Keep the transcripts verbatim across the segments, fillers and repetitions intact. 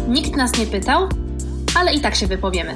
Nikt nas nie pytał, ale i tak się wypowiemy.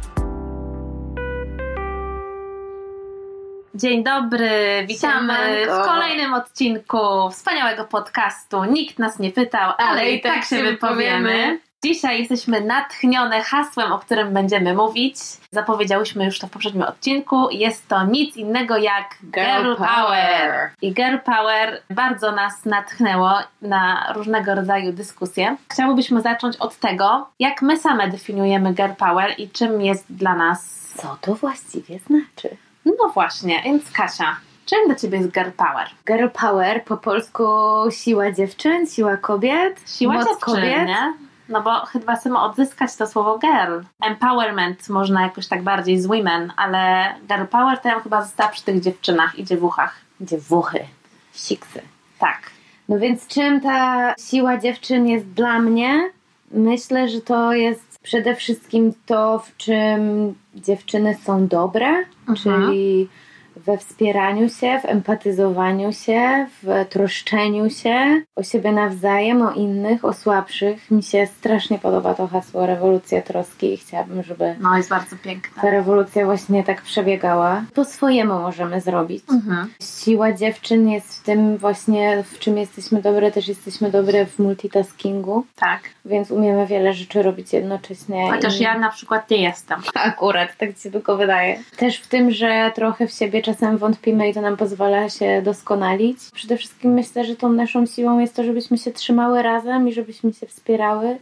Dzień dobry, witamy Siemanko. w kolejnym odcinku wspaniałego podcastu. Nikt nas nie pytał, ale, ale i tak, tak się wypowiemy. wypowiemy. Dzisiaj jesteśmy natchnione hasłem, o którym będziemy mówić. Zapowiedziałyśmy już to w poprzednim odcinku. Jest to nic innego jak Girl, Girl Power. Power. I Girl Power bardzo nas natchnęło na różnego rodzaju dyskusje. Chciałybyśmy zacząć od tego, jak my same definiujemy Girl Power i czym jest dla nas. Co to właściwie znaczy? No właśnie, więc Kasia, czym dla Ciebie jest Girl Power? Girl Power, po polsku siła dziewczyn, siła kobiet, siła moc dziewczyn, kobiet. Nie? No bo chyba chcemy odzyskać to słowo girl. Empowerment można jakoś tak bardziej z women, ale Girl Power to ja chyba została przy tych dziewczynach i dziewuchach. Dziewuchy, siksy. Tak. No więc czym ta siła dziewczyn jest dla mnie? Myślę, że to jest przede wszystkim to, w czym dziewczyny są dobre, mhm. czyli we wspieraniu się, w empatyzowaniu się, w troszczeniu się o siebie nawzajem, o innych, o słabszych. Mi się strasznie podoba to hasło rewolucja troski i chciałabym, żeby no, jest bardzo piękne. Ta rewolucja właśnie tak przebiegała. Po swojemu możemy zrobić. Mhm. Siła dziewczyn jest w tym właśnie, w czym jesteśmy dobre, też jesteśmy dobre w multitaskingu. Tak. Więc umiemy wiele rzeczy robić jednocześnie. Chociaż i... ja na przykład nie jestem. Akurat, tak ci się tylko wydaje. Też w tym, że trochę w siebie czasem wątpimy i to nam pozwala się doskonalić. Przede wszystkim myślę, że tą naszą siłą jest to, żebyśmy się trzymały razem i żebyśmy się wspierały.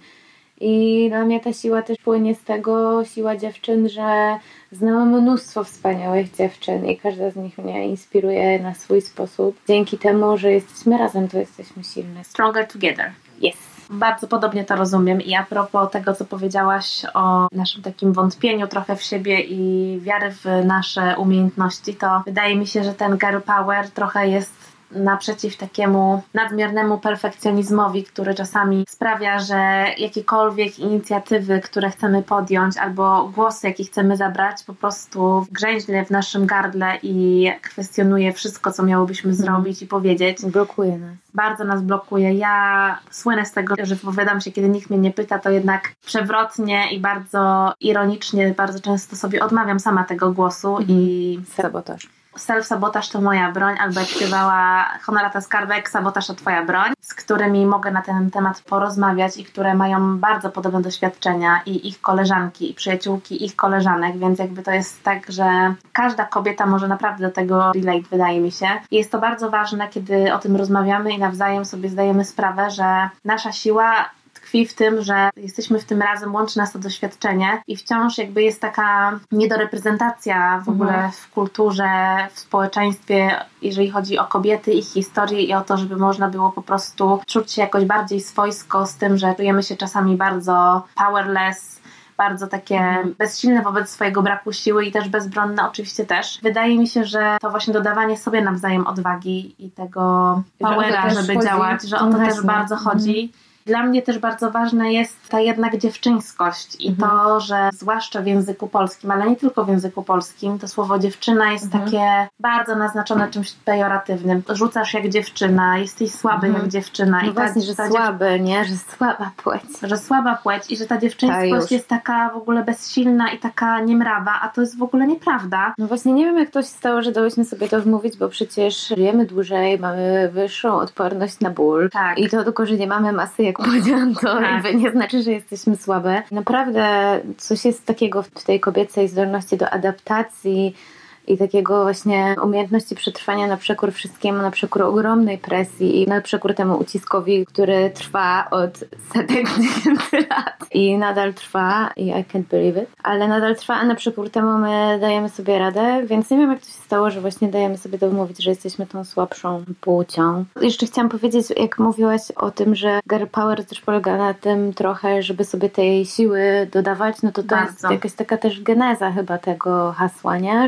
I dla mnie ta siła też płynie z tego, siła dziewczyn, że znałam mnóstwo wspaniałych dziewczyn i każda z nich mnie inspiruje na swój sposób. Dzięki temu, że jesteśmy razem, to jesteśmy silne. Stronger together. Yes. Bardzo podobnie to rozumiem i a propos tego, co powiedziałaś o naszym takim wątpieniu trochę w siebie i wiary w nasze umiejętności, to wydaje mi się, że ten Girl Power trochę jest naprzeciw takiemu nadmiernemu perfekcjonizmowi, który czasami sprawia, że jakiekolwiek inicjatywy, które chcemy podjąć albo głosy, jakie chcemy zabrać, po prostu grzęźle w naszym gardle i kwestionuje wszystko, co miałobyśmy hmm. zrobić i powiedzieć. Blokuje nas. Bardzo nas blokuje. Ja słynę z tego, że wypowiadam się, kiedy nikt mnie nie pyta, to jednak przewrotnie i bardzo ironicznie, bardzo często sobie odmawiam sama tego głosu hmm. i... Sabotaż. Self-sabotaż to moja broń, albo jak śpiewała Honorata Skarbek, sabotaż to twoja broń, z którymi mogę na ten temat porozmawiać i które mają bardzo podobne doświadczenia i ich koleżanki, i przyjaciółki ich koleżanek, więc jakby to jest tak, że każda kobieta może naprawdę do tego relate, wydaje mi się. I jest to bardzo ważne, kiedy o tym rozmawiamy i nawzajem sobie zdajemy sprawę, że nasza siła tkwi w tym, że jesteśmy w tym razem, łączy nas to doświadczenie i wciąż jakby jest taka niedoreprezentacja w ogóle mhm. w kulturze, w społeczeństwie, jeżeli chodzi o kobiety, ich historię i o to, żeby można było po prostu czuć się jakoś bardziej swojsko z tym, że czujemy się czasami bardzo powerless, bardzo takie mhm. bezsilne wobec swojego braku siły i też bezbronne oczywiście też. Wydaje mi się, że to właśnie dodawanie sobie nawzajem odwagi i tego powera, żeby chodzi, działać, że o to też bardzo chodzi. Mhm. Dla mnie też bardzo ważna jest ta jednak dziewczyńskość i mhm. to, że zwłaszcza w języku polskim, ale nie tylko w języku polskim, to słowo dziewczyna jest mhm. takie bardzo naznaczone czymś pejoratywnym. Rzucasz jak dziewczyna, jesteś słaby mhm. jak dziewczyna. No i właśnie, ta, że ta słaby, dziew... nie? Że słaba płeć. Że słaba płeć i że ta dziewczyńskość ta jest taka w ogóle bezsilna i taka niemrawa, a to jest w ogóle nieprawda. No właśnie nie wiem, jak to się stało, że dałyśmy sobie to wmówić, bo przecież żyjemy dłużej, mamy wyższą odporność na ból tak. i to tylko, że nie mamy masy jak powiedziałam, to tak. jakby nie znaczy, że jesteśmy słabe. Naprawdę coś jest takiego w tej kobiecej zdolności do adaptacji i takiego właśnie umiejętności przetrwania na przekór wszystkiemu, na przekór ogromnej presji i na przekór temu uciskowi, który trwa od setek tysięcy lat i nadal trwa i I can't believe it, ale nadal trwa, a na przekór temu my dajemy sobie radę, więc nie wiem, jak to się stało, że właśnie dajemy sobie dowmówić, że jesteśmy tą słabszą płcią. Jeszcze chciałam powiedzieć, jak mówiłaś o tym, że Girl Power też polega na tym trochę, żeby sobie tej siły dodawać, no to to Bardzo. jest jakaś taka też geneza chyba tego hasła, nie? Że tak.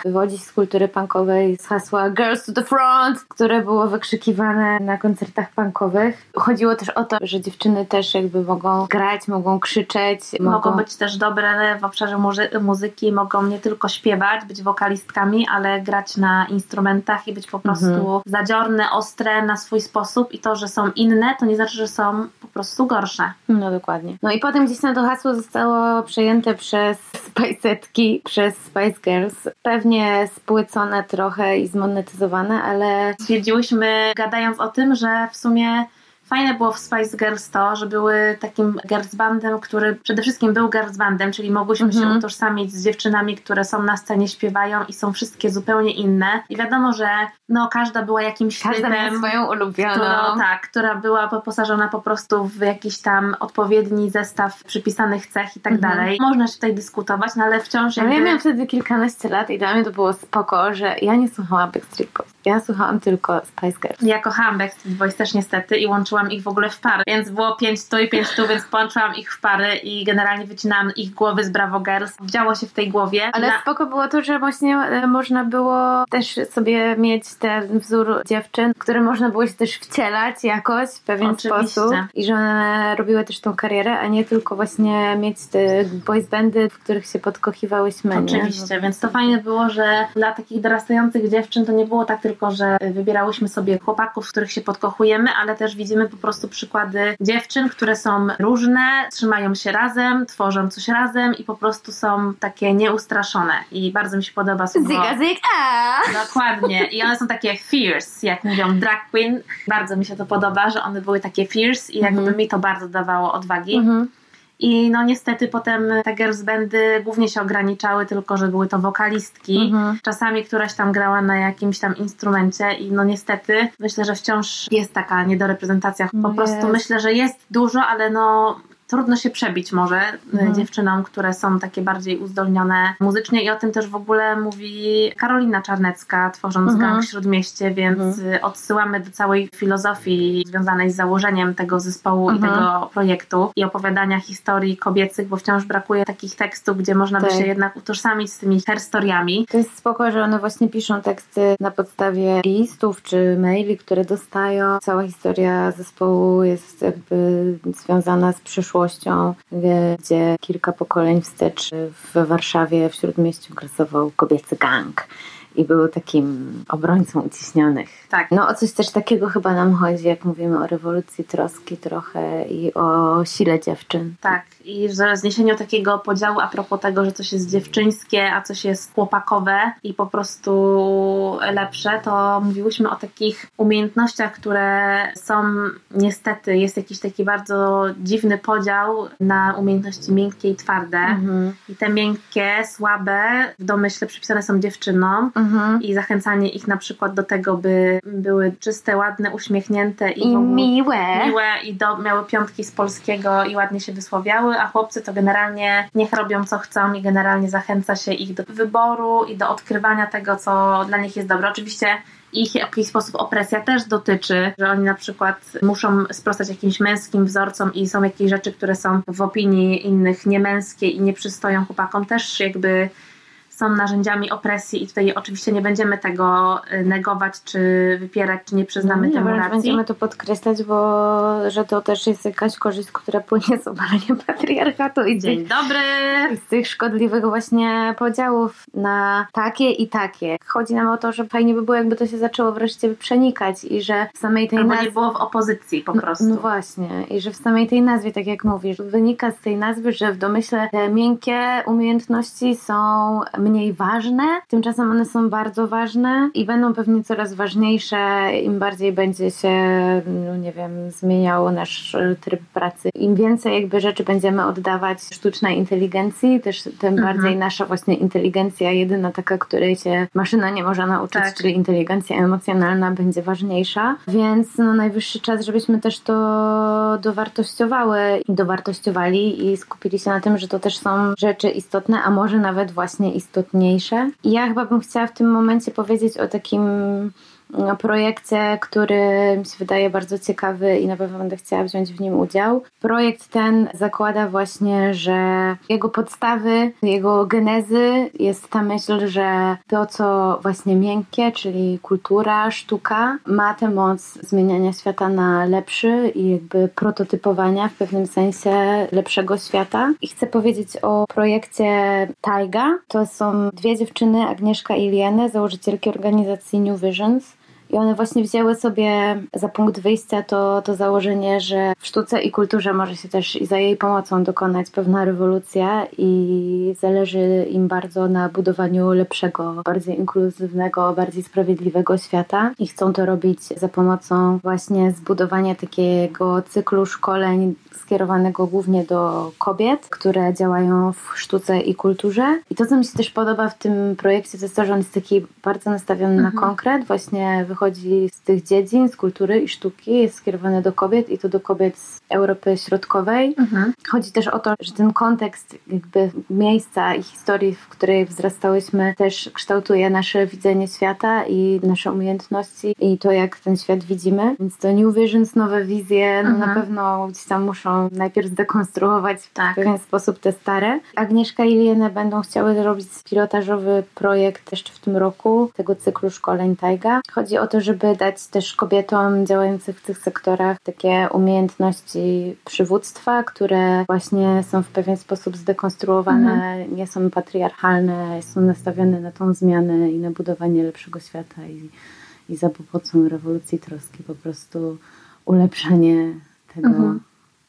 wywodzi z kultury punkowej, z hasła Girls to the Front, które było wykrzykiwane na koncertach punkowych. Chodziło też o to, że dziewczyny też jakby mogą grać, mogą krzyczeć. Mogą, mogą być też dobre w obszarze muzy- muzyki, mogą nie tylko śpiewać, być wokalistkami, ale grać na instrumentach i być po prostu mhm. zadziorne, ostre na swój sposób i to, że są inne, to nie znaczy, że są po prostu gorsze. No dokładnie. No i potem gdzieś tam to hasło zostało przejęte przez Spice'etki, przez Spice Girls. Pewnie spłycone trochę i zmonetyzowane, ale stwierdziłyśmy, gadając o tym, że w sumie fajne było w Spice Girls to, że były takim girls bandem, który przede wszystkim był girls bandem, czyli mogłyśmy mm-hmm. się utożsamić z dziewczynami, które są na scenie, śpiewają i są wszystkie zupełnie inne. I wiadomo, że no każda była jakimś każda miała swoją ulubioną. Która, tak, która była wyposażona po prostu w jakiś tam odpowiedni zestaw przypisanych cech i tak mm-hmm. dalej. Można się tutaj dyskutować, no ale wciąż jakby... Ale ja miałam wtedy kilkanaście lat i dla mnie to było spoko, że ja nie słuchałam Backstreet Boys. Ja słuchałam tylko Spice Girls. Ja kochałam Backstreet Boys też niestety i łączyłam ich w ogóle w pary, więc było pięć tu i pięć tu, więc połączyłam ich w pary i generalnie wycinałam ich głowy z Bravo Girls. Działo się w tej głowie. Ale Na... spoko było to, że właśnie można było też sobie mieć ten wzór dziewczyn, które można było się też wcielać jakoś w pewien Oczywiście. sposób i że one robiły też tą karierę, a nie tylko właśnie mieć te boys bandy, w których się podkochiwałyśmy. Oczywiście, nie? Więc to fajne było, że dla takich dorastających dziewczyn to nie było tak tylko, że wybierałyśmy sobie chłopaków, w których się podkochujemy, ale też widzimy po prostu przykłady dziewczyn, które są różne, trzymają się razem, tworzą coś razem i po prostu są takie nieustraszone i bardzo mi się podoba słowo. Zyga, zyg, a! Dokładnie. I one są takie fierce, jak mówią drag queen. Bardzo mi się to podoba, że one były takie fierce i jakby mm-hmm. mi to bardzo dawało odwagi. Mm-hmm. I no niestety potem te girls bandy głównie się ograniczały tylko, że były to wokalistki. Mhm. Czasami któraś tam grała na jakimś tam instrumencie i no niestety myślę, że wciąż jest taka niedoreprezentacja. Po no prostu jest. myślę, że jest dużo, ale no trudno się przebić może mhm. dziewczynom, które są takie bardziej uzdolnione muzycznie i o tym też w ogóle mówi Karolina Czarnecka, tworząc mhm. Gang Śródmieście, więc mhm. odsyłamy do całej filozofii związanej z założeniem tego zespołu mhm. i tego projektu i opowiadania historii kobiecych, bo wciąż brakuje takich tekstów, gdzie można tak. by się jednak utożsamić z tymi herstoriami. To jest spoko, że one właśnie piszą teksty na podstawie listów czy maili, które dostają. Cała historia zespołu jest jakby związana z przyszłością, gdzie kilka pokoleń wstecz w Warszawie w Śródmieściu grasował kobiecy gang i był takim obrońcą uciśnionych. Tak. No o coś też takiego chyba nam chodzi, jak mówimy o rewolucji troski trochę i o sile dziewczyn. Tak. I że zniesieniu takiego podziału a propos tego, że coś jest dziewczyńskie, a coś jest chłopakowe i po prostu lepsze, to mówiłyśmy o takich umiejętnościach, które są niestety, jest jakiś taki bardzo dziwny podział na umiejętności miękkie i twarde. Mhm. I te miękkie, słabe w domyśle przypisane są dziewczynom mhm. i zachęcanie ich na przykład do tego, by były czyste, ładne, uśmiechnięte i, I w ogóle miłe. miłe i do, miały piątki z polskiego i ładnie się wysławiały, a chłopcy to generalnie niech robią co chcą i generalnie zachęca się ich do wyboru i do odkrywania tego, co dla nich jest dobre. Oczywiście ich w jakiś sposób opresja też dotyczy, że oni na przykład muszą sprostać jakimś męskim wzorcom i są jakieś rzeczy, które są w opinii innych niemęskie i nie przystoją chłopakom, też jakby są narzędziami opresji i tutaj oczywiście nie będziemy tego negować, czy wypierać, czy nie przyznamy no, temu nie, racji. Będziemy to podkreślać, bo że to też jest jakaś korzyść, która płynie z obalenia patriarchatu i Dzień tych, dobry! I z tych szkodliwych właśnie podziałów na takie i takie. Chodzi nam o to, że fajnie by było, jakby to się zaczęło wreszcie przenikać i że w samej tej nazwie... nazwie... nie było w opozycji po prostu. No, no właśnie. I że w samej tej nazwie, tak jak mówisz, wynika z tej nazwy, że w domyśle te miękkie umiejętności są mniej ważne, tymczasem one są bardzo ważne i będą pewnie coraz ważniejsze, im bardziej będzie się, no nie wiem, zmieniało nasz tryb pracy. Im więcej jakby rzeczy będziemy oddawać sztucznej inteligencji, też tym mhm. bardziej nasza właśnie inteligencja jedyna taka, której się maszyna nie może nauczyć, tak. czyli inteligencja emocjonalna będzie ważniejsza. Więc no najwyższy czas, żebyśmy też to dowartościowały i dowartościowali i skupili się na tym, że to też są rzeczy istotne, a może nawet właśnie istotniejsze. I ja chyba bym chciała w tym momencie powiedzieć o takim projekcie, który mi się wydaje bardzo ciekawy i na pewno będę chciała wziąć w nim udział. Projekt ten zakłada właśnie, że jego podstawy, jego genezy jest ta myśl, że to, co właśnie miękkie, czyli kultura, sztuka, ma tę moc zmieniania świata na lepszy i jakby prototypowania w pewnym sensie lepszego świata. I chcę powiedzieć o projekcie Taiga. To są dwie dziewczyny, Agnieszka i Liene, założycielki organizacji New Visions. I one właśnie wzięły sobie za punkt wyjścia to, to założenie, że w sztuce i kulturze może się też i za jej pomocą dokonać pewna rewolucja i zależy im bardzo na budowaniu lepszego, bardziej inkluzywnego, bardziej sprawiedliwego świata. I chcą to robić za pomocą właśnie zbudowania takiego cyklu szkoleń skierowanego głównie do kobiet, które działają w sztuce i kulturze. I to, co mi się też podoba w tym projekcie, to jest to, że on jest taki bardzo nastawiony mhm. na konkret. Właśnie wychodzi z tych dziedzin, z kultury i sztuki, jest skierowany do kobiet i to do kobiet z Europy Środkowej. Mhm. Chodzi też o to, że ten kontekst jakby miejsca i historii, w której wzrastałyśmy, też kształtuje nasze widzenie świata i nasze umiejętności i to, jak ten świat widzimy. Więc to New Visions, nowe wizje, no mhm. na pewno gdzieś tam muszą najpierw zdekonstruować tak. w pewien sposób te stare. Agnieszka i Liene będą chciały zrobić pilotażowy projekt jeszcze w tym roku tego cyklu szkoleń Taiga. Chodzi o to, żeby dać też kobietom działającym w tych sektorach takie umiejętności przywództwa, które właśnie są w pewien sposób zdekonstruowane, mhm. nie są patriarchalne, są nastawione na tą zmianę i na budowanie lepszego świata i, i za pomocą rewolucji troski po prostu ulepszanie tego, mhm.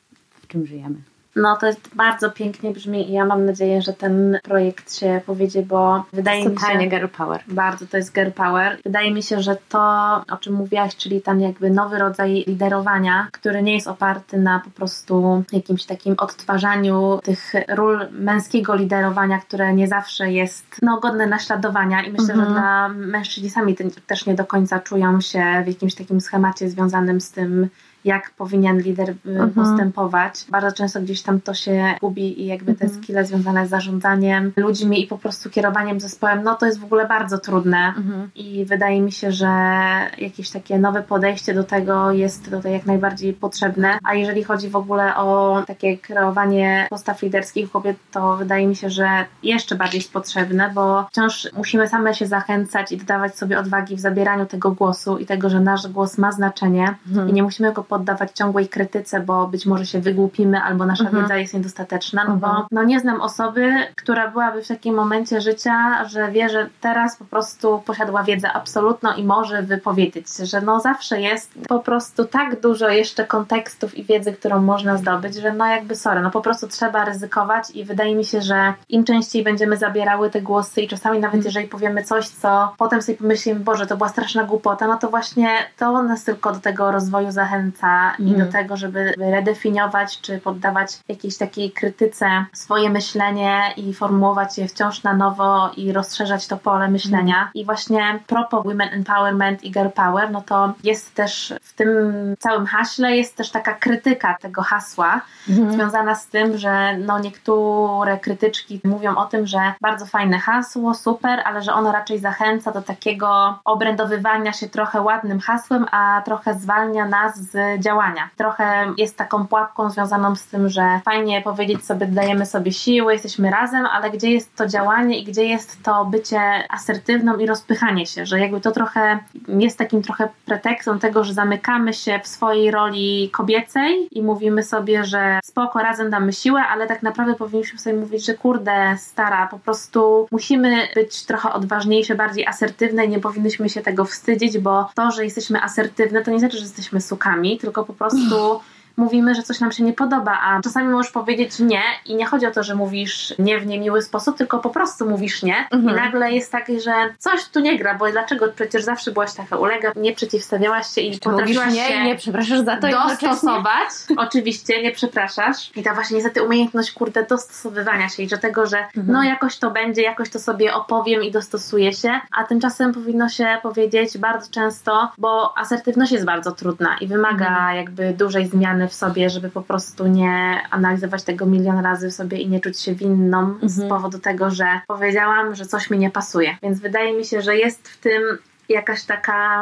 w czym żyjemy. No to jest bardzo pięknie brzmi i ja mam nadzieję, że ten projekt się powiedzie, bo wydaje mi się... Totalnie girl power. Bardzo, to jest girl power. Wydaje mi się, że to, o czym mówiłaś, czyli tam jakby nowy rodzaj liderowania, który nie jest oparty na po prostu jakimś takim odtwarzaniu tych ról męskiego liderowania, które nie zawsze jest no, godne naśladowania i myślę, mhm. że dla mężczyźni sami też nie do końca czują się w jakimś takim schemacie związanym z tym, jak powinien lider mhm. postępować. Bardzo często gdzieś tam to się gubi i jakby mhm. te skille związane z zarządzaniem ludźmi i po prostu kierowaniem zespołem, no to jest w ogóle bardzo trudne mhm. i wydaje mi się, że jakieś takie nowe podejście do tego jest tutaj jak najbardziej potrzebne, a jeżeli chodzi w ogóle o takie kreowanie postaw liderskich kobiet, to wydaje mi się, że jeszcze bardziej jest potrzebne, bo wciąż musimy same się zachęcać i dodawać sobie odwagi w zabieraniu tego głosu i tego, że nasz głos ma znaczenie mhm. i nie musimy go poddawać ciągłej krytyce, bo być może się wygłupimy albo nasza mhm. wiedza jest niedostateczna, no mhm. bo no nie znam osoby, która byłaby w takim momencie życia, że wie, że teraz po prostu posiadła wiedzę absolutną i może wypowiedzieć, że no zawsze jest po prostu tak dużo jeszcze kontekstów i wiedzy, którą można zdobyć, że no jakby sorry, no po prostu trzeba ryzykować i wydaje mi się, że im częściej będziemy zabierały te głosy i czasami nawet mhm. jeżeli powiemy coś, co potem sobie pomyślimy, Boże, to była straszna głupota, no to właśnie to nas tylko do tego rozwoju zachęca i mm. do tego, żeby redefiniować czy poddawać jakiejś takiej krytyce swoje myślenie i formułować je wciąż na nowo i rozszerzać to pole myślenia. Mm. I właśnie propos Women Empowerment i Girl Power, no to jest też w tym całym haśle jest też taka krytyka tego hasła mm. związana z tym, że no niektóre krytyczki mówią o tym, że bardzo fajne hasło, super, ale że ono raczej zachęca do takiego obrędowywania się trochę ładnym hasłem, a trochę zwalnia nas z działania. Trochę jest taką pułapką związaną z tym, że fajnie powiedzieć sobie, dajemy sobie siły, jesteśmy razem, ale gdzie jest to działanie i gdzie jest to bycie asertywną i rozpychanie się, że jakby to trochę jest takim trochę pretekstem tego, że zamykamy się w swojej roli kobiecej i mówimy sobie, że spoko, razem damy siłę, ale tak naprawdę powinniśmy sobie mówić, że kurde, stara, po prostu musimy być trochę odważniejsze, bardziej asertywne i nie powinnyśmy się tego wstydzić, bo to, że jesteśmy asertywne, to nie znaczy, że jesteśmy sukami, tylko po prostu mówimy, że coś nam się nie podoba, a czasami możesz powiedzieć nie i nie chodzi o to, że mówisz nie w niemiły sposób, tylko po prostu mówisz nie mhm. i nagle jest takie, że coś tu nie gra, bo dlaczego? Przecież zawsze byłaś taka ulega, nie przeciwstawiałaś się i Jeszcze potrafiłaś nie, się nie przepraszasz za to dostosować. Oczywiście, nie przepraszasz. I ta właśnie niestety umiejętność, kurde, dostosowywania się i że tego, że mhm. no jakoś to będzie, jakoś to sobie opowiem i dostosuję się, a tymczasem powinno się powiedzieć bardzo często, bo asertywność jest bardzo trudna i wymaga mhm. jakby dużej zmiany w sobie, żeby po prostu nie analizować tego milion razy w sobie i nie czuć się winną mhm. z powodu tego, że powiedziałam, że coś mi nie pasuje. Więc wydaje mi się, że jest w tym jakaś taka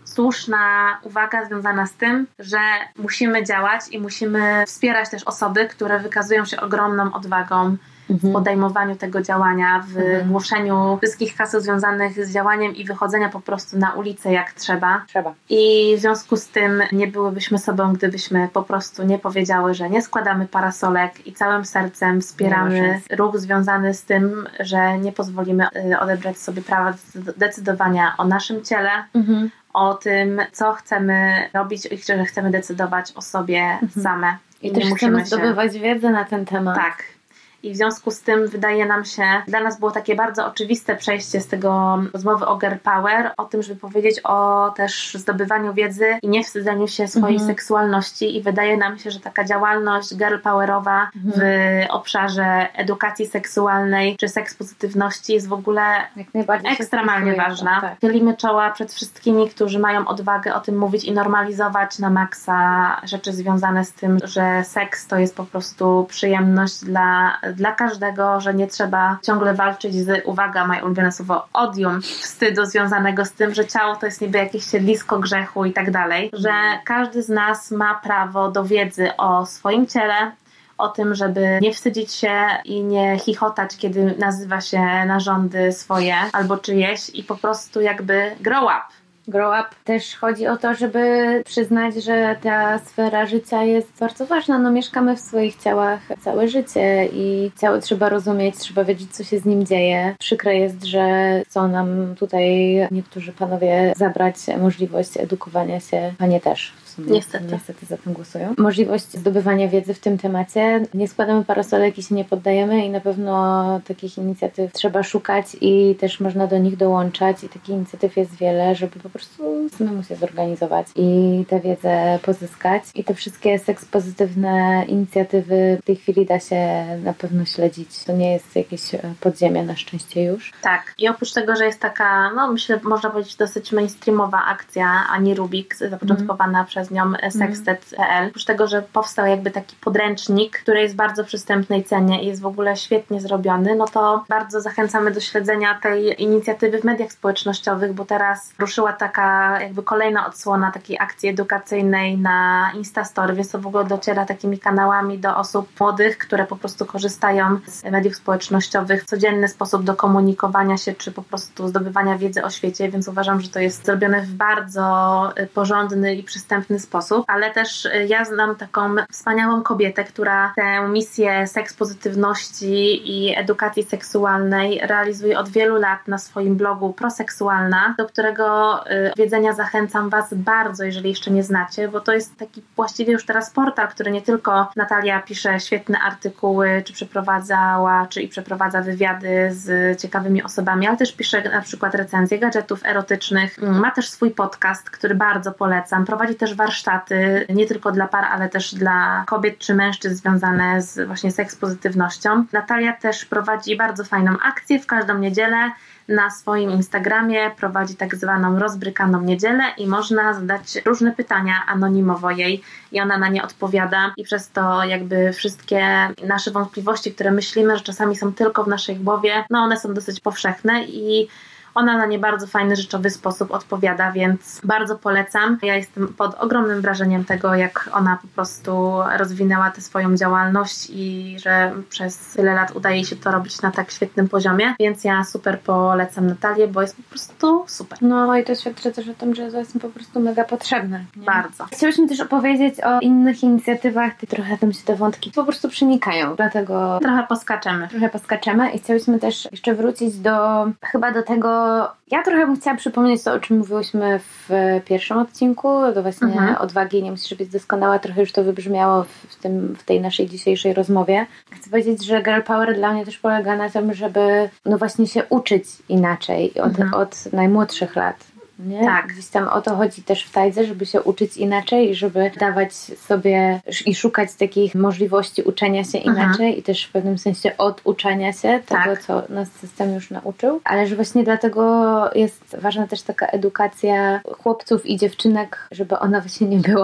słuszna uwaga związana z tym, że musimy działać i musimy wspierać też osoby, które wykazują się ogromną odwagą w podejmowaniu tego działania, w mhm. głoszeniu wszystkich haseł związanych z działaniem i wychodzenia po prostu na ulicę jak trzeba. Trzeba. I w związku z tym nie byłybyśmy sobą, gdybyśmy po prostu nie powiedziały, że nie składamy parasolek i całym sercem wspieramy ruch związany z tym, że nie pozwolimy odebrać sobie prawa decydowania o naszym ciele, mhm. o tym, co chcemy robić i że chcemy decydować o sobie mhm. same. I, I też nie chcemy zdobywać się... wiedzę na ten temat. Tak. I w związku z tym wydaje nam się, dla nas było takie bardzo oczywiste przejście z tego rozmowy o girl power, o tym, żeby powiedzieć o też zdobywaniu wiedzy i nie wstydzeniu się swojej mhm. seksualności i wydaje nam się, że taka działalność girl powerowa mhm. w obszarze edukacji seksualnej czy sekspozytywności jest w ogóle ekstremalnie ważna. Tak. Chylimy czoła przed wszystkimi, którzy mają odwagę o tym mówić i normalizować na maksa rzeczy związane z tym, że seks to jest po prostu przyjemność dla dla każdego, że nie trzeba ciągle walczyć z, uwaga, moje ulubione słowo, odium, wstydu związanego z tym, że ciało to jest niby jakieś siedlisko grzechu i tak dalej, że każdy z nas ma prawo do wiedzy o swoim ciele, o tym, żeby nie wstydzić się i nie chichotać, kiedy nazywa się narządy swoje albo czyjeś i po prostu jakby grow up. Grow up. Też chodzi o to, żeby przyznać, że ta sfera życia jest bardzo ważna. No mieszkamy w swoich ciałach całe życie i ciało trzeba rozumieć, trzeba wiedzieć, co się z nim dzieje. Przykre jest, że chcą nam tutaj niektórzy panowie zabrać możliwość edukowania się, panie też. Niestety. Niestety za tym głosują. Możliwość zdobywania wiedzy w tym temacie. Nie składamy parasolek i się nie poddajemy i na pewno takich inicjatyw trzeba szukać i też można do nich dołączać i takich inicjatyw jest wiele, żeby po prostu samemu się zorganizować i tę wiedzę pozyskać. I te wszystkie sekspozytywne inicjatywy w tej chwili da się na pewno śledzić. To nie jest jakieś podziemie na szczęście już. Tak. I oprócz tego, że jest taka, no myślę, można powiedzieć dosyć mainstreamowa akcja Ani Rubik, zapoczątkowana mm. przez nią sextet kropka p l. Oprócz tego, że powstał jakby taki podręcznik, który jest w bardzo przystępnej cenie i jest w ogóle świetnie zrobiony, no to bardzo zachęcamy do śledzenia tej inicjatywy w mediach społecznościowych, bo teraz ruszyła taka jakby kolejna odsłona takiej akcji edukacyjnej na Instastory, więc to w ogóle dociera takimi kanałami do osób młodych, które po prostu korzystają z mediów społecznościowych w codzienny sposób do komunikowania się, czy po prostu zdobywania wiedzy o świecie, więc uważam, że to jest zrobione w bardzo porządny i przystępny sposób, ale też ja znam taką wspaniałą kobietę, która tę misję sekspozytywności i edukacji seksualnej realizuje od wielu lat na swoim blogu Proseksualna, do którego wiedzenia zachęcam Was bardzo, jeżeli jeszcze nie znacie, bo to jest taki właściwie już teraz portal, który nie tylko Natalia pisze świetne artykuły, czy przeprowadzała, czy i przeprowadza wywiady z ciekawymi osobami, ale też pisze na przykład recenzje gadżetów erotycznych. Ma też swój podcast, który bardzo polecam. Prowadzi też warsztaty, nie tylko dla par, ale też dla kobiet czy mężczyzn związane z właśnie sekspozytywnością. Natalia też prowadzi bardzo fajną akcję w każdą niedzielę. Na swoim Instagramie prowadzi tak zwaną rozbrykaną niedzielę i można zadać różne pytania anonimowo jej i ona na nie odpowiada i przez to jakby wszystkie nasze wątpliwości, które myślimy, że czasami są tylko w naszej głowie, no one są dosyć powszechne i ona na nie bardzo fajny, rzeczowy sposób odpowiada, więc bardzo polecam. Ja jestem pod ogromnym wrażeniem tego, jak ona po prostu rozwinęła tę swoją działalność i że przez tyle lat udaje się to robić na tak świetnym poziomie, więc ja super polecam Natalię, bo jest po prostu super. No i to świadczy też o tym, że to jest po prostu mega potrzebne. Nie? Bardzo. Chciałyśmy też opowiedzieć o innych inicjatywach, trochę tam się te wątki po prostu przenikają, dlatego trochę poskaczemy. Trochę poskaczemy i chciałyśmy też jeszcze wrócić do, chyba do tego. Ja trochę bym chciała przypomnieć to, o czym mówiłyśmy w pierwszym odcinku, do właśnie mhm. odwagi, nie musisz być doskonała, trochę już to wybrzmiało w, tym, w tej naszej dzisiejszej rozmowie. Chcę powiedzieć, że girl power dla mnie też polega na tym, żeby no właśnie się uczyć inaczej od, mhm. od najmłodszych lat. Nie? Tak. Gdzieś tam o to chodzi też w tajdze, żeby się uczyć inaczej i żeby dawać sobie i szukać takich możliwości uczenia się inaczej mhm. i też w pewnym sensie oduczania się tego, tak. co nas system już nauczył. Ale że właśnie dlatego jest ważna też taka edukacja chłopców i dziewczynek, żeby ona właśnie nie była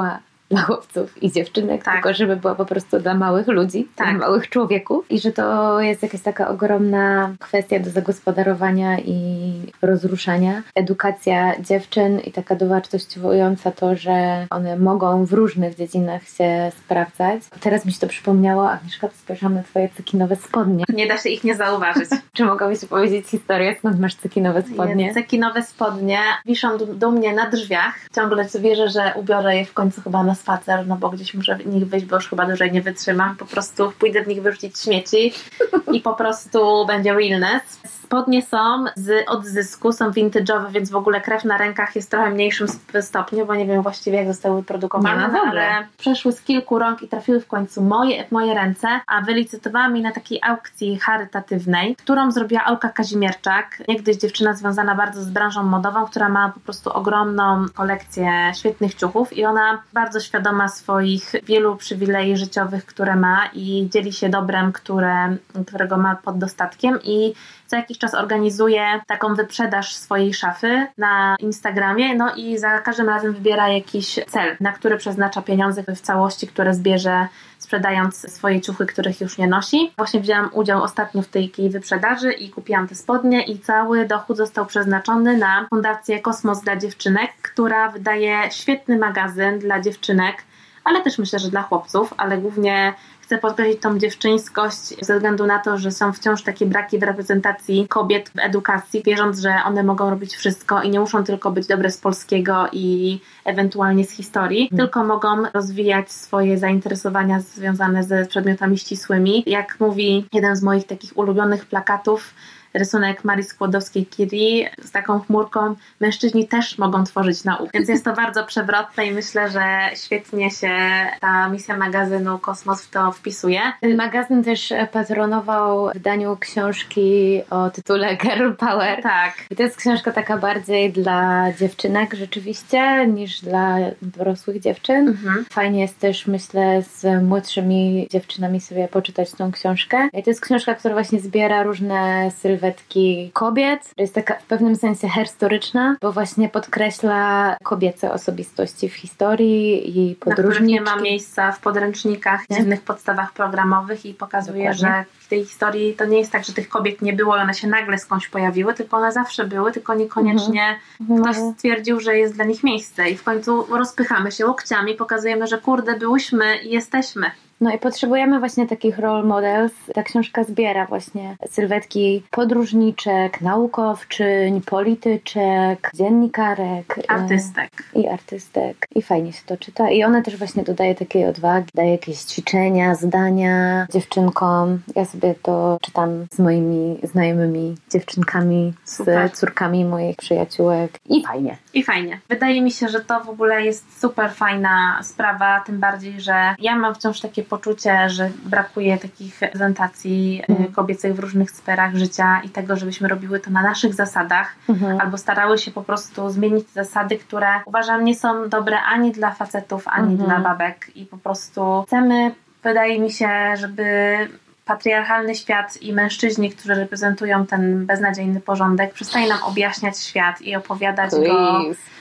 dla chłopców i dziewczynek, tak. tylko żeby była po prostu dla małych ludzi, tak. dla małych człowieków i że to jest jakaś taka ogromna kwestia do zagospodarowania i rozruszania. Edukacja dziewczyn i taka dowartościowująca to, że one mogą w różnych dziedzinach się sprawdzać. Teraz mi się to przypomniało, Agnieszka, spojrzałam na twoje cekinowe spodnie. Nie da się ich nie zauważyć. Czy mogłabyś powiedzieć historię, skąd masz cekinowe spodnie? Cekinowe spodnie wiszą do mnie na drzwiach. Ciągle wierzę, że ubiorę je w końcu chyba na spacer, no bo gdzieś muszę w nich wyjść, bo już chyba dłużej nie wytrzymam. Po prostu pójdę w nich wyrzucić śmieci i po prostu będzie realness. Spodnie są z odzysku, są vintage'owe, więc w ogóle krew na rękach jest trochę mniejszym stopniu, bo nie wiem właściwie jak zostały produkowane, no, ale przeszły z kilku rąk i trafiły w końcu moje, w moje ręce, a wylicytowała mi na takiej aukcji charytatywnej, którą zrobiła Olka Kazimierczak, niegdyś dziewczyna związana bardzo z branżą modową, która ma po prostu ogromną kolekcję świetnych ciuchów i ona bardzo świadoma swoich wielu przywilei życiowych, które ma i dzieli się dobrem, które, którego ma pod dostatkiem i co jakiś czas organizuje taką wyprzedaż swojej szafy na Instagramie, no i za każdym razem wybiera jakiś cel, na który przeznacza pieniądze w całości, które zbierze sprzedając swoje ciuchy, których już nie nosi. Właśnie wzięłam udział ostatnio w tej wyprzedaży i kupiłam te spodnie i cały dochód został przeznaczony na Fundację Kosmos dla Dziewczynek, która wydaje świetny magazyn dla dziewczynek, ale też myślę, że dla chłopców, ale głównie chcę podkreślić tą dziewczyńskość ze względu na to, że są wciąż takie braki w reprezentacji kobiet w edukacji, wierząc, że one mogą robić wszystko i nie muszą tylko być dobre z polskiego i ewentualnie z historii, hmm. tylko mogą rozwijać swoje zainteresowania związane ze przedmiotami ścisłymi. Jak mówi jeden z moich takich ulubionych plakatów, rysunek Marii Skłodowskiej-Curie z taką chmurką, mężczyźni też mogą tworzyć naukę. Więc jest to bardzo przewrotne i myślę, że świetnie się ta misja magazynu Kosmos w to wpisuje. Ten magazyn też patronował wydaniu książki o tytule Girl Power. Tak. I to jest książka taka bardziej dla dziewczynek rzeczywiście niż dla dorosłych dziewczyn. Mhm. Fajnie jest też, myślę, z młodszymi dziewczynami sobie poczytać tą książkę. I to jest książka, która właśnie zbiera różne sylwetki kobiet. Jest taka w pewnym sensie historyczna, bo właśnie podkreśla kobiece osobistości w historii i podróżniczki. Na których nie ma miejsca w podręcznikach, w dziwnych podstawach programowych i pokazuje, Dokładnie. Że w tej historii to nie jest tak, że tych kobiet nie było i one się nagle skądś pojawiły, tylko one zawsze były, tylko niekoniecznie mhm. ktoś stwierdził, że jest dla nich miejsce i w końcu rozpychamy się łokciami, pokazujemy, że kurde, byłyśmy i jesteśmy. No i potrzebujemy właśnie takich role models. Ta książka zbiera właśnie sylwetki podróżniczek, naukowczyń, polityczek, dziennikarek. Artystek. I artystek. I fajnie się to czyta. I ona też właśnie dodaje takiej odwagi, daje jakieś ćwiczenia, zadania dziewczynkom. Ja sobie to czytam z moimi znajomymi dziewczynkami, super. Z córkami moich przyjaciółek. I fajnie. I fajnie. Wydaje mi się, że to w ogóle jest super fajna sprawa, tym bardziej, że ja mam wciąż takie poczucie, że brakuje takich prezentacji mm. kobiecych w różnych sferach życia i tego, żebyśmy robiły to na naszych zasadach mm-hmm. albo starały się po prostu zmienić zasady, które uważam nie są dobre ani dla facetów, ani mm-hmm. dla babek i po prostu chcemy, wydaje mi się, żeby patriarchalny świat i mężczyźni, którzy reprezentują ten beznadziejny porządek, przestali nam objaśniać świat i opowiadać Please. go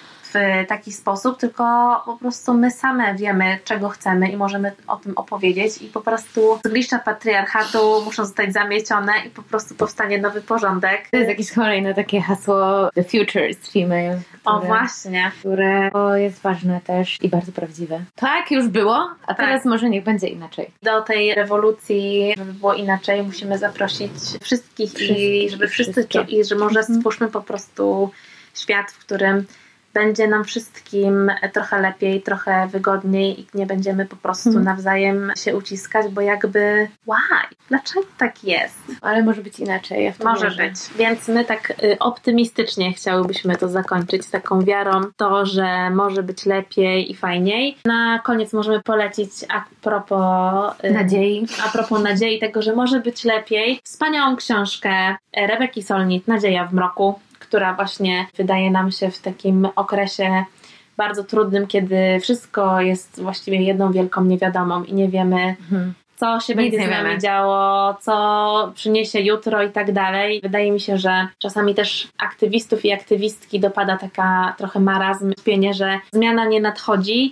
w taki sposób, tylko po prostu my same wiemy, czego chcemy i możemy o tym opowiedzieć i po prostu zgliszcza patriarchatu muszą zostać zamiecione i po prostu powstanie nowy porządek. To jest jakieś kolejne takie hasło The Future is Female. Które, o właśnie. Które jest ważne też i bardzo prawdziwe. Tak już było, a tak. Teraz może niech będzie inaczej. Do tej rewolucji, żeby było inaczej, musimy zaprosić wszystkich, wszystkich i żeby wszyscy czuli, że może mhm. stwórzmy po prostu świat, w którym będzie nam wszystkim trochę lepiej, trochę wygodniej i nie będziemy po prostu hmm. nawzajem się uciskać, bo jakby why? Dlaczego tak jest? Ale może być inaczej. Ja w to może wierzę. być. Więc my tak y, optymistycznie chciałybyśmy to zakończyć z taką wiarą to, że może być lepiej i fajniej. Na koniec możemy polecić a propos y, nadziei. A propos nadziei, tego, że może być lepiej. Wspaniałą książkę Rebeki Solnit, Nadzieja w mroku, która właśnie wydaje nam się w takim okresie bardzo trudnym, kiedy wszystko jest właściwie jedną wielką niewiadomą i nie wiemy, mhm. co się Nic będzie z nami działo, co przyniesie jutro i tak dalej. Wydaje mi się, że czasami też aktywistów i aktywistki dopada taka trochę marazm, spienie, że zmiana nie nadchodzi,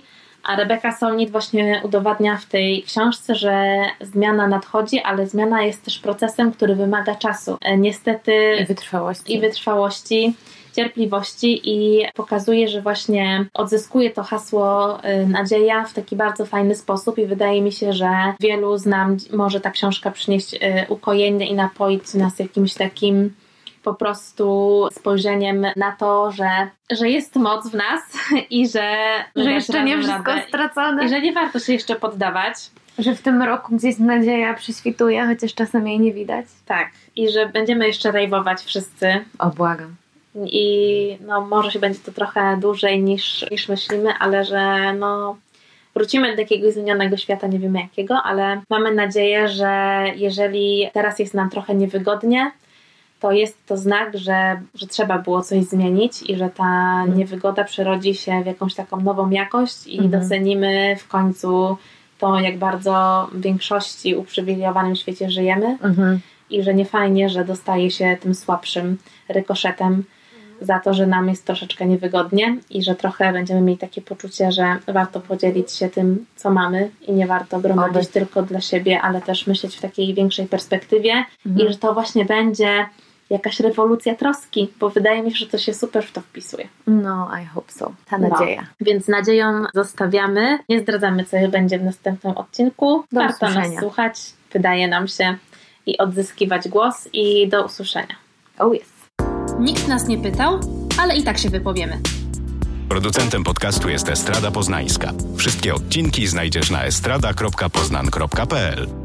A Rebeka Solnit właśnie udowadnia w tej książce, że zmiana nadchodzi, ale zmiana jest też procesem, który wymaga czasu. Niestety i wytrwałości. I wytrwałości, cierpliwości i pokazuje, że właśnie odzyskuje to hasło nadzieja w taki bardzo fajny sposób i wydaje mi się, że wielu z nam może ta książka przynieść ukojenie i napoić nas jakimś takim po prostu spojrzeniem na to, że, że jest moc w nas i że, że jeszcze nie wszystko radę. stracone. I że nie warto się jeszcze poddawać. Że w tym roku gdzieś nadzieja prześwituje, chociaż czasem jej nie widać. Tak. I że będziemy jeszcze rejwować wszyscy. O, błagam. I no może się będzie to trochę dłużej niż, niż myślimy, ale że no wrócimy do jakiegoś zmienionego świata, nie wiemy jakiego, ale mamy nadzieję, że jeżeli teraz jest nam trochę niewygodnie, to jest to znak, że, że trzeba było coś zmienić i że ta mm. niewygoda przerodzi się w jakąś taką nową jakość i mm. docenimy w końcu to, jak bardzo w większości uprzywilejowanym świecie żyjemy mm. i że nie fajnie, że dostaje się tym słabszym rykoszetem mm. za to, że nam jest troszeczkę niewygodnie i że trochę będziemy mieli takie poczucie, że warto podzielić się tym, co mamy i nie warto gromadzić Oby. tylko dla siebie, ale też myśleć w takiej większej perspektywie mm. i że to właśnie będzie jakaś rewolucja troski, bo wydaje mi się, że to się super w to wpisuje. No, I hope so. Ta nadzieja. No. Więc nadzieją zostawiamy. Nie zdradzamy, co będzie w następnym odcinku. Do Warto usłyszenia. nas słuchać, wydaje nam się, i odzyskiwać głos i do usłyszenia. Oh yes. Nikt nas nie pytał, ale i tak się wypowiemy. Producentem podcastu jest Estrada Poznańska. Wszystkie odcinki znajdziesz na estrada kropka poznan kropka p l.